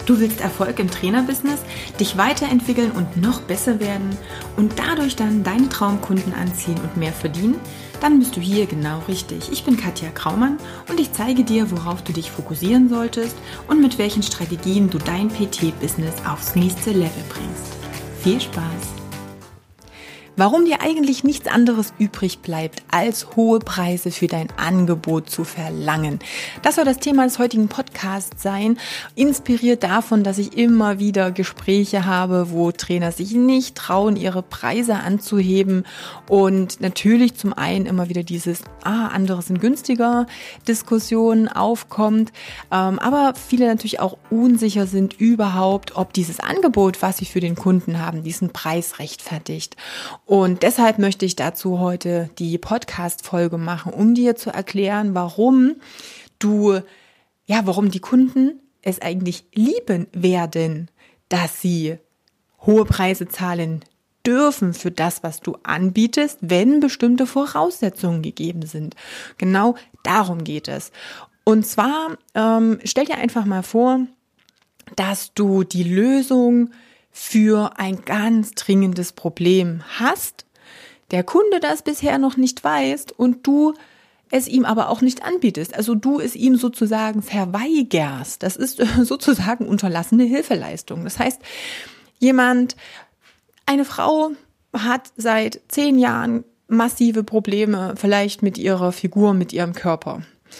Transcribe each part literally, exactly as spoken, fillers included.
Du willst Erfolg im Trainerbusiness, dich weiterentwickeln und noch besser werden und dadurch dann deine Traumkunden anziehen und mehr verdienen? Dann bist du hier genau richtig. Ich bin Katja Kraumann und ich zeige dir, worauf du dich fokussieren solltest und mit welchen Strategien du dein P T-Business aufs nächste Level bringst. Viel Spaß! Warum dir eigentlich nichts anderes übrig bleibt, als hohe Preise für dein Angebot zu verlangen. Das soll das Thema des heutigen Podcasts sein, inspiriert davon, dass ich immer wieder Gespräche habe, wo Trainer sich nicht trauen, ihre Preise anzuheben und natürlich zum einen immer wieder dieses, ah, andere sind günstiger Diskussion aufkommt, ähm, aber viele natürlich auch unsicher sind überhaupt, ob dieses Angebot, was sie für den Kunden haben, diesen Preis rechtfertigt. Und deshalb möchte ich dazu heute die Podcast-Folge machen, um dir zu erklären, warum du, ja, warum die Kunden es eigentlich lieben werden, dass sie hohe Preise zahlen dürfen für das, was du anbietest, wenn bestimmte Voraussetzungen gegeben sind. Genau darum geht es. Und zwar, ähm, stell dir einfach mal vor, dass du die Lösung für ein ganz dringendes Problem hast, der Kunde das bisher noch nicht weiß und du es ihm aber auch nicht anbietest, also du es ihm sozusagen verweigerst. Das ist sozusagen unterlassene Hilfeleistung. Das heißt, jemand, eine Frau hat seit zehn Jahren massive Probleme, vielleicht mit ihrer Figur, mit ihrem Körper.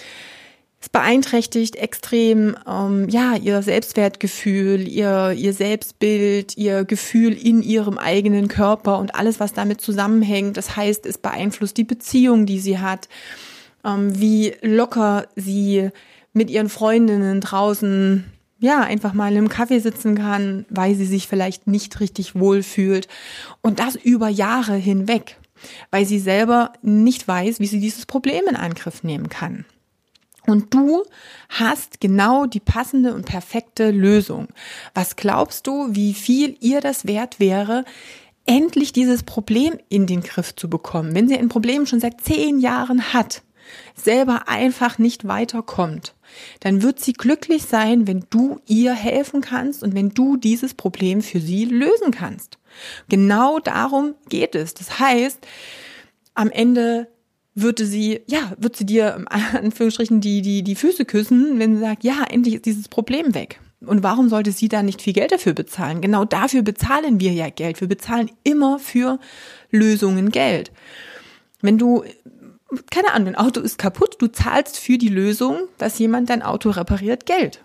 Es beeinträchtigt extrem ähm, ja ihr Selbstwertgefühl, ihr ihr Selbstbild, ihr Gefühl in ihrem eigenen Körper und alles, was damit zusammenhängt. Das heißt, es beeinflusst die Beziehung, die sie hat, ähm, wie locker sie mit ihren Freundinnen draußen ja einfach mal in einem Kaffee sitzen kann, weil sie sich vielleicht nicht richtig wohlfühlt und das über Jahre hinweg, weil sie selber nicht weiß, wie sie dieses Problem in Angriff nehmen kann. Und du hast genau die passende und perfekte Lösung. Was glaubst du, wie viel ihr das wert wäre, endlich dieses Problem in den Griff zu bekommen? Wenn sie ein Problem schon seit zehn Jahren hat, selber einfach nicht weiterkommt, dann wird sie glücklich sein, wenn du ihr helfen kannst und wenn du dieses Problem für sie lösen kannst. Genau darum geht es. Das heißt, am Ende würde sie, ja, wird sie dir in Anführungsstrichen die, die, die Füße küssen, wenn sie sagt, ja, endlich ist dieses Problem weg. Und warum sollte sie da nicht viel Geld dafür bezahlen? Genau dafür bezahlen wir ja Geld. Wir bezahlen immer für Lösungen Geld. Wenn du, keine Ahnung, dein Auto ist kaputt, du zahlst für die Lösung, dass jemand dein Auto repariert, Geld.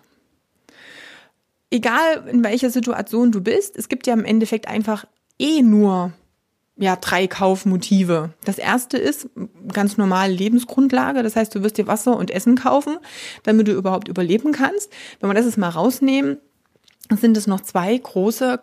Egal in welcher Situation du bist, es gibt ja im Endeffekt einfach eh nur ja, drei Kaufmotive. Das erste ist ganz normale Lebensgrundlage. Das heißt, du wirst dir Wasser und Essen kaufen, damit du überhaupt überleben kannst. Wenn wir das jetzt mal rausnehmen, sind es noch zwei große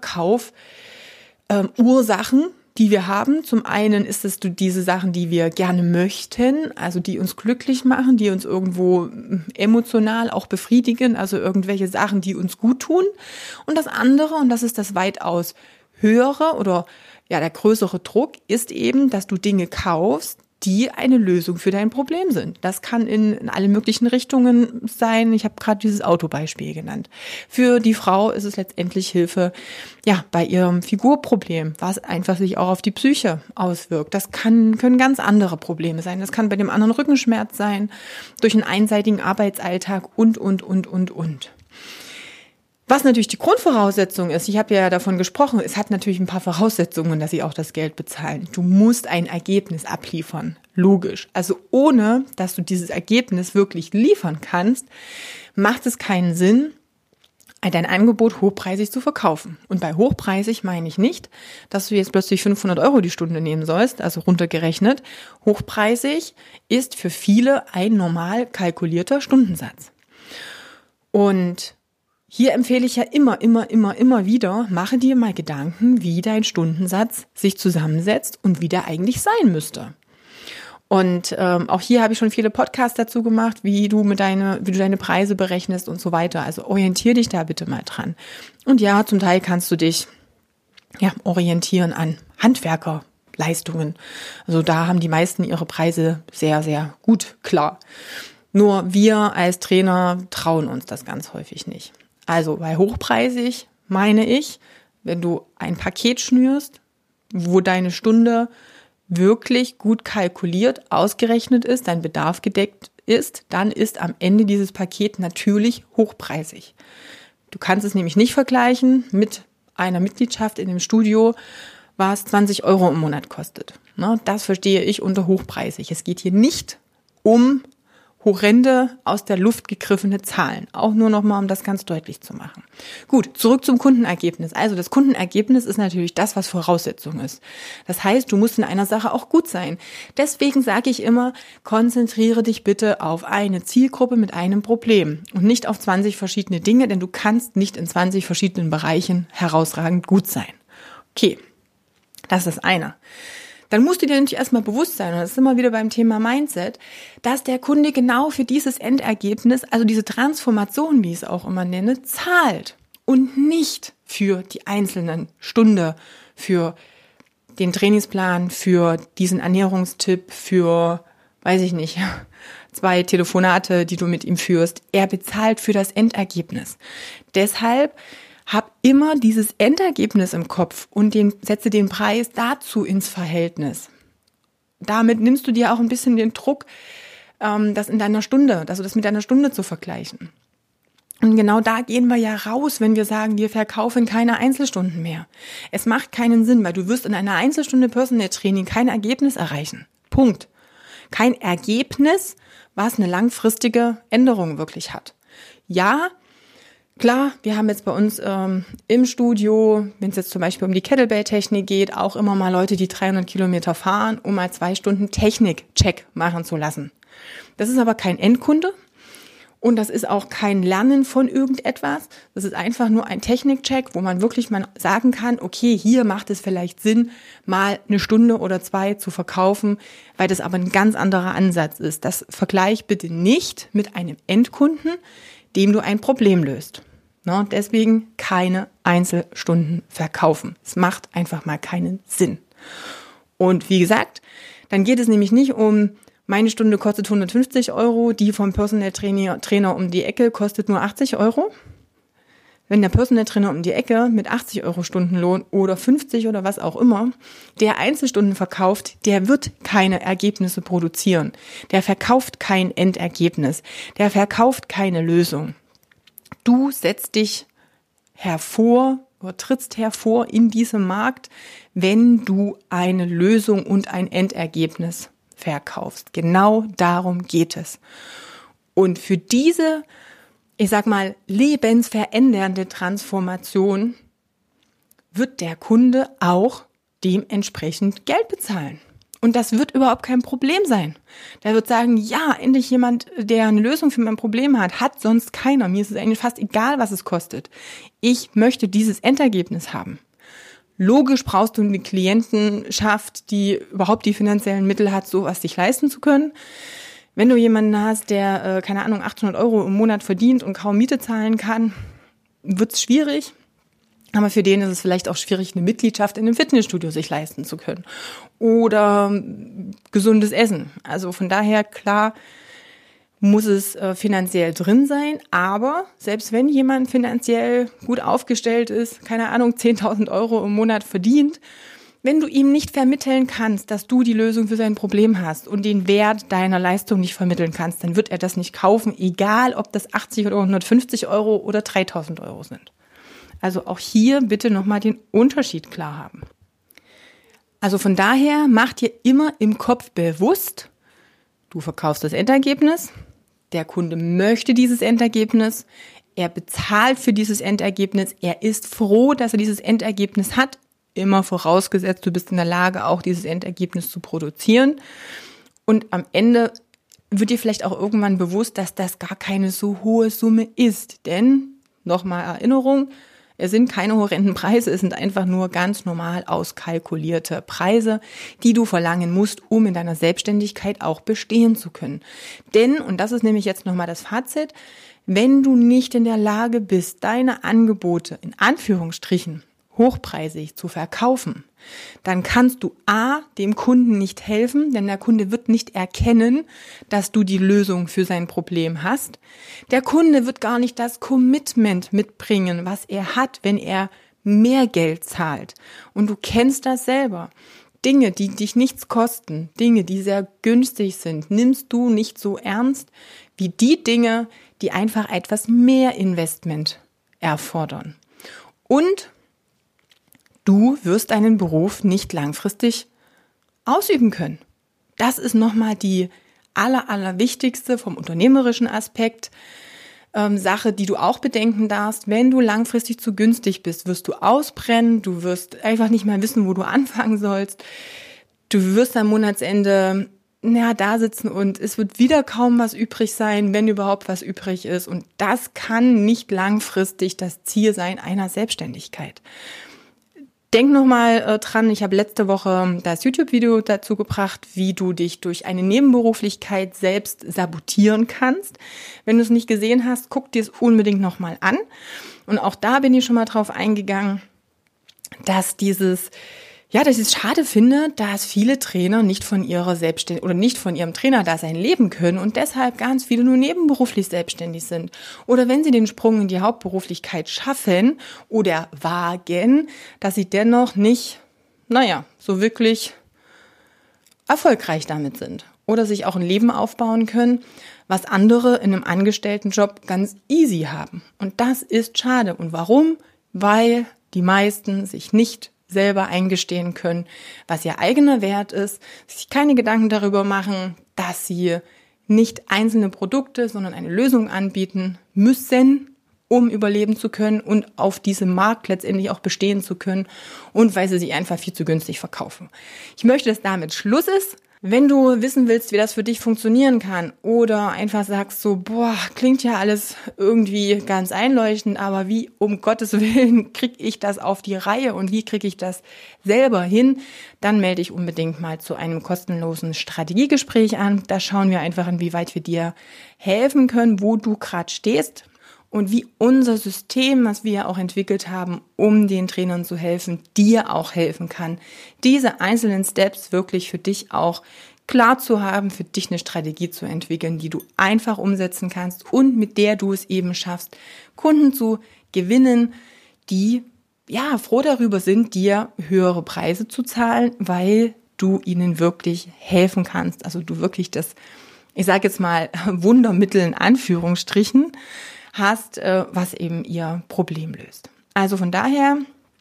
Kaufursachen, ähm, die wir haben. Zum einen ist es diese Sachen, die wir gerne möchten, also die uns glücklich machen, die uns irgendwo emotional auch befriedigen, also irgendwelche Sachen, die uns gut tun. Und das andere, und das ist das weitaus höhere oder ja, der größere Druck ist eben, dass du Dinge kaufst, die eine Lösung für dein Problem sind. Das kann in, in alle möglichen Richtungen sein. Ich habe gerade dieses Autobeispiel genannt. Für die Frau ist es letztendlich Hilfe, ja, bei ihrem Figurproblem, was einfach sich auch auf die Psyche auswirkt. Das kann, können ganz andere Probleme sein. Das kann bei dem anderen Rückenschmerz sein, durch einen einseitigen Arbeitsalltag und, und, und, und, und. Was natürlich die Grundvoraussetzung ist, ich habe ja davon gesprochen, es hat natürlich ein paar Voraussetzungen, dass sie auch das Geld bezahlen. Du musst ein Ergebnis abliefern, logisch. Also ohne, dass du dieses Ergebnis wirklich liefern kannst, macht es keinen Sinn, dein Angebot hochpreisig zu verkaufen. Und bei hochpreisig meine ich nicht, dass du jetzt plötzlich fünfhundert Euro die Stunde nehmen sollst, also runtergerechnet. Hochpreisig ist für viele ein normal kalkulierter Stundensatz. Und hier empfehle ich ja immer, immer, immer, immer wieder, mache dir mal Gedanken, wie dein Stundensatz sich zusammensetzt und wie der eigentlich sein müsste. Und ähm, auch hier habe ich schon viele Podcasts dazu gemacht, wie du mit deine, wie du deine Preise berechnest und so weiter. Also orientier dich da bitte mal dran. Und ja, zum Teil kannst du dich ja orientieren an Handwerkerleistungen. Also da haben die meisten ihre Preise sehr, sehr gut klar. Nur wir als Trainer trauen uns das ganz häufig nicht. Also bei hochpreisig meine ich, wenn du ein Paket schnürst, wo deine Stunde wirklich gut kalkuliert, ausgerechnet ist, dein Bedarf gedeckt ist, dann ist am Ende dieses Paket natürlich hochpreisig. Du kannst es nämlich nicht vergleichen mit einer Mitgliedschaft in dem Studio, was zwanzig Euro im Monat kostet. Das verstehe ich unter hochpreisig. Es geht hier nicht um horrende, aus der Luft gegriffene Zahlen. Auch nur nochmal, um das ganz deutlich zu machen. Gut, zurück zum Kundenergebnis. Also das Kundenergebnis ist natürlich das, was Voraussetzung ist. Das heißt, du musst in einer Sache auch gut sein. Deswegen sage ich immer, konzentriere dich bitte auf eine Zielgruppe mit einem Problem und nicht auf zwanzig verschiedene Dinge, denn du kannst nicht in zwanzig verschiedenen Bereichen herausragend gut sein. Okay, das ist das eine. Dann musst du dir natürlich erstmal bewusst sein, und das ist immer wieder beim Thema Mindset, dass der Kunde genau für dieses Endergebnis, also diese Transformation, wie ich es auch immer nenne, zahlt und nicht für die einzelnen Stunde, für den Trainingsplan, für diesen Ernährungstipp, für, weiß ich nicht, zwei Telefonate, die du mit ihm führst. Er bezahlt für das Endergebnis. Deshalb hab immer dieses Endergebnis im Kopf und den, setze den Preis dazu ins Verhältnis. Damit nimmst du dir auch ein bisschen den Druck, ähm, das in deiner Stunde, also das mit deiner Stunde zu vergleichen. Und genau da gehen wir ja raus, wenn wir sagen, wir verkaufen keine Einzelstunden mehr. Es macht keinen Sinn, weil du wirst in einer Einzelstunde Personal Training kein Ergebnis erreichen. Punkt. Kein Ergebnis, was eine langfristige Änderung wirklich hat. Ja, klar, wir haben jetzt bei uns ähm, im Studio, wenn es jetzt zum Beispiel um die Kettlebell-Technik geht, auch immer mal Leute, die dreihundert Kilometer fahren, um mal zwei Stunden Technik-Check machen zu lassen. Das ist aber kein Endkunde und das ist auch kein Lernen von irgendetwas. Das ist einfach nur ein Technik-Check, wo man wirklich mal sagen kann, okay, hier macht es vielleicht Sinn, mal eine Stunde oder zwei zu verkaufen, weil das aber ein ganz anderer Ansatz ist. Das vergleich bitte nicht mit einem Endkunden, dem du ein Problem löst. No, deswegen keine Einzelstunden verkaufen. Es macht einfach mal keinen Sinn. Und wie gesagt, dann geht es nämlich nicht um, meine Stunde kostet hundertfünfzig Euro, die vom Personal Trainer, Trainer um die Ecke kostet nur achtzig Euro. Wenn der Personal Trainer um die Ecke mit achtzig Euro Stundenlohn oder fünfzig oder was auch immer, der Einzelstunden verkauft, der wird keine Ergebnisse produzieren. Der verkauft kein Endergebnis. Der verkauft keine Lösung. Du setzt dich hervor oder trittst hervor in diesem Markt, wenn du eine Lösung und ein Endergebnis verkaufst. Genau darum geht es. Und für diese, ich sag mal, lebensverändernde Transformation wird der Kunde auch dementsprechend Geld bezahlen. Und das wird überhaupt kein Problem sein. Der wird sagen, ja, endlich jemand, der eine Lösung für mein Problem hat, hat sonst keiner. Mir ist es eigentlich fast egal, was es kostet. Ich möchte dieses Endergebnis haben. Logisch brauchst du eine Klientenschaft, die überhaupt die finanziellen Mittel hat, sowas sich leisten zu können. Wenn du jemanden hast, der, äh, keine Ahnung, achthundert Euro im Monat verdient und kaum Miete zahlen kann, wird's schwierig. Aber für den ist es vielleicht auch schwierig, eine Mitgliedschaft in einem Fitnessstudio sich leisten zu können. Oder gesundes Essen. Also von daher, klar, muss es äh, finanziell drin sein. Aber selbst wenn jemand finanziell gut aufgestellt ist, keine Ahnung, zehntausend Euro im Monat verdient, wenn du ihm nicht vermitteln kannst, dass du die Lösung für sein Problem hast und den Wert deiner Leistung nicht vermitteln kannst, dann wird er das nicht kaufen, egal ob das achtzig oder hundertfünfzig Euro oder dreitausend Euro sind. Also auch hier bitte nochmal den Unterschied klar haben. Also von daher mach dir immer im Kopf bewusst, du verkaufst das Endergebnis, der Kunde möchte dieses Endergebnis, er bezahlt für dieses Endergebnis, er ist froh, dass er dieses Endergebnis hat, immer vorausgesetzt, du bist in der Lage, auch dieses Endergebnis zu produzieren. Und am Ende wird dir vielleicht auch irgendwann bewusst, dass das gar keine so hohe Summe ist. Denn, nochmal Erinnerung, es sind keine horrenden Preise, es sind einfach nur ganz normal auskalkulierte Preise, die du verlangen musst, um in deiner Selbstständigkeit auch bestehen zu können. Denn, und das ist nämlich jetzt nochmal das Fazit, wenn du nicht in der Lage bist, deine Angebote in Anführungsstrichen hochpreisig zu verkaufen, dann kannst du A, dem Kunden nicht helfen, denn der Kunde wird nicht erkennen, dass du die Lösung für sein Problem hast. Der Kunde wird gar nicht das Commitment mitbringen, was er hat, wenn er mehr Geld zahlt. Und du kennst das selber. Dinge, die dich nichts kosten, Dinge, die sehr günstig sind, nimmst du nicht so ernst wie die Dinge, die einfach etwas mehr Investment erfordern. Und du wirst deinen Beruf nicht langfristig ausüben können. Das ist nochmal die aller, aller wichtigste vom unternehmerischen Aspekt ähm, Sache, die du auch bedenken darfst. Wenn du langfristig zu günstig bist, wirst du ausbrennen, du wirst einfach nicht mehr wissen, wo du anfangen sollst. Du wirst am Monatsende ja, da sitzen und es wird wieder kaum was übrig sein, wenn überhaupt was übrig ist. Und das kann nicht langfristig das Ziel sein einer Selbstständigkeit. Denk nochmal äh, dran, ich habe letzte Woche das YouTube-Video dazu gebracht, wie du dich durch eine Nebenberuflichkeit selbst sabotieren kannst. Wenn du es nicht gesehen hast, guck dir es unbedingt nochmal an. Und auch da bin ich schon mal drauf eingegangen, dass dieses Ja, dass ich es schade finde, dass viele Trainer nicht von ihrer Selbstständigkeit oder nicht von ihrem Trainerdasein leben können und deshalb ganz viele nur nebenberuflich selbstständig sind. Oder wenn sie den Sprung in die Hauptberuflichkeit schaffen oder wagen, dass sie dennoch nicht, naja, so wirklich erfolgreich damit sind. Oder sich auch ein Leben aufbauen können, was andere in einem Angestelltenjob ganz easy haben. Und das ist schade. Und warum? Weil die meisten sich nicht selber eingestehen können, was ihr eigener Wert ist, sich keine Gedanken darüber machen, dass sie nicht einzelne Produkte, sondern eine Lösung anbieten müssen, um überleben zu können und auf diesem Markt letztendlich auch bestehen zu können und weil sie sich einfach viel zu günstig verkaufen. Ich möchte, dass damit Schluss ist. Wenn du wissen willst, wie das für dich funktionieren kann oder einfach sagst so, boah, klingt ja alles irgendwie ganz einleuchtend, aber wie um Gottes Willen kriege ich das auf die Reihe und wie kriege ich das selber hin, dann melde dich unbedingt mal zu einem kostenlosen Strategiegespräch an. Da schauen wir einfach, inwieweit wir dir helfen können, wo du gerade stehst. Und wie unser System, was wir auch entwickelt haben, um den Trainern zu helfen, dir auch helfen kann, diese einzelnen Steps wirklich für dich auch klar zu haben, für dich eine Strategie zu entwickeln, die du einfach umsetzen kannst und mit der du es eben schaffst, Kunden zu gewinnen, die ja froh darüber sind, dir höhere Preise zu zahlen, weil du ihnen wirklich helfen kannst. Also du wirklich das, ich sage jetzt mal, Wundermittel in Anführungsstrichen, hast, was eben ihr Problem löst. Also von daher,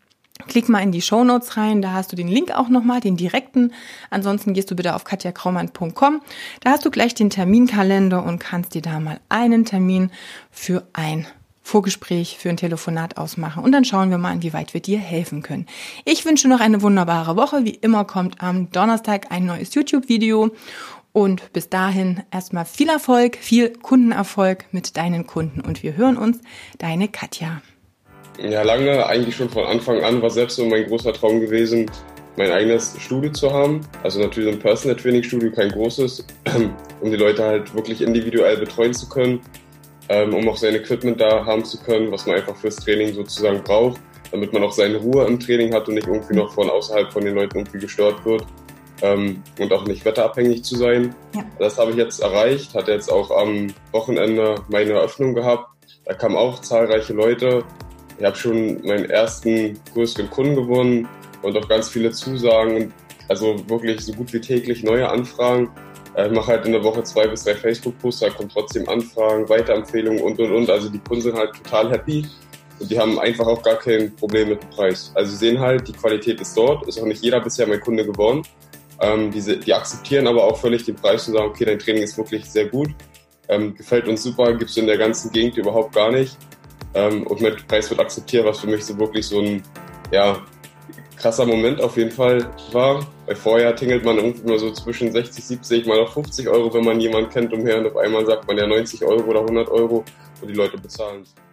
klick mal in die Shownotes rein, da hast du den Link auch nochmal, den direkten. Ansonsten gehst du bitte auf katja kraumann punkt com, da hast du gleich den Terminkalender und kannst dir da mal einen Termin für ein Vorgespräch, für ein Telefonat ausmachen und dann schauen wir mal, inwieweit wir dir helfen können. Ich wünsche noch eine wunderbare Woche. Wie immer kommt am Donnerstag ein neues YouTube-Video. Und bis dahin erstmal viel Erfolg, viel Kundenerfolg mit deinen Kunden. Und wir hören uns, deine Katja. Ja, lange, eigentlich schon von Anfang an, war selbst so mein großer Traum gewesen, mein eigenes Studio zu haben. Also natürlich ein Personal Training Studio, kein großes, um die Leute halt wirklich individuell betreuen zu können, um auch sein Equipment da haben zu können, was man einfach fürs Training sozusagen braucht, damit man auch seine Ruhe im Training hat und nicht irgendwie noch von außerhalb von den Leuten irgendwie gestört wird. Ähm, und auch nicht wetterabhängig zu sein. Ja. Das habe ich jetzt erreicht, hatte jetzt auch am Wochenende meine Eröffnung gehabt. Da kamen auch zahlreiche Leute. Ich habe schon meinen ersten größeren Kunden gewonnen und auch ganz viele Zusagen. Also wirklich so gut wie täglich neue Anfragen. Ich mache halt in der Woche zwei bis drei Facebook-Posts, da kommen trotzdem Anfragen, Weiterempfehlungen und, und, und. Also die Kunden sind halt total happy und die haben einfach auch gar kein Problem mit dem Preis. Also sie sehen halt, die Qualität ist dort, ist auch nicht jeder bisher mein Kunde geworden. Ähm, diese, die akzeptieren aber auch völlig den Preis und sagen, okay, dein Training ist wirklich sehr gut, ähm, gefällt uns super, gibt es in der ganzen Gegend überhaupt gar nicht. Ähm, und mit Preis wird akzeptiert, was für mich so wirklich so ein ja, krasser Moment auf jeden Fall war. Weil vorher tingelt man irgendwie immer so zwischen sechzig, siebzig, mal noch fünfzig Euro, wenn man jemanden kennt umher und auf einmal sagt man ja neunzig Euro oder hundert Euro und die Leute bezahlen es.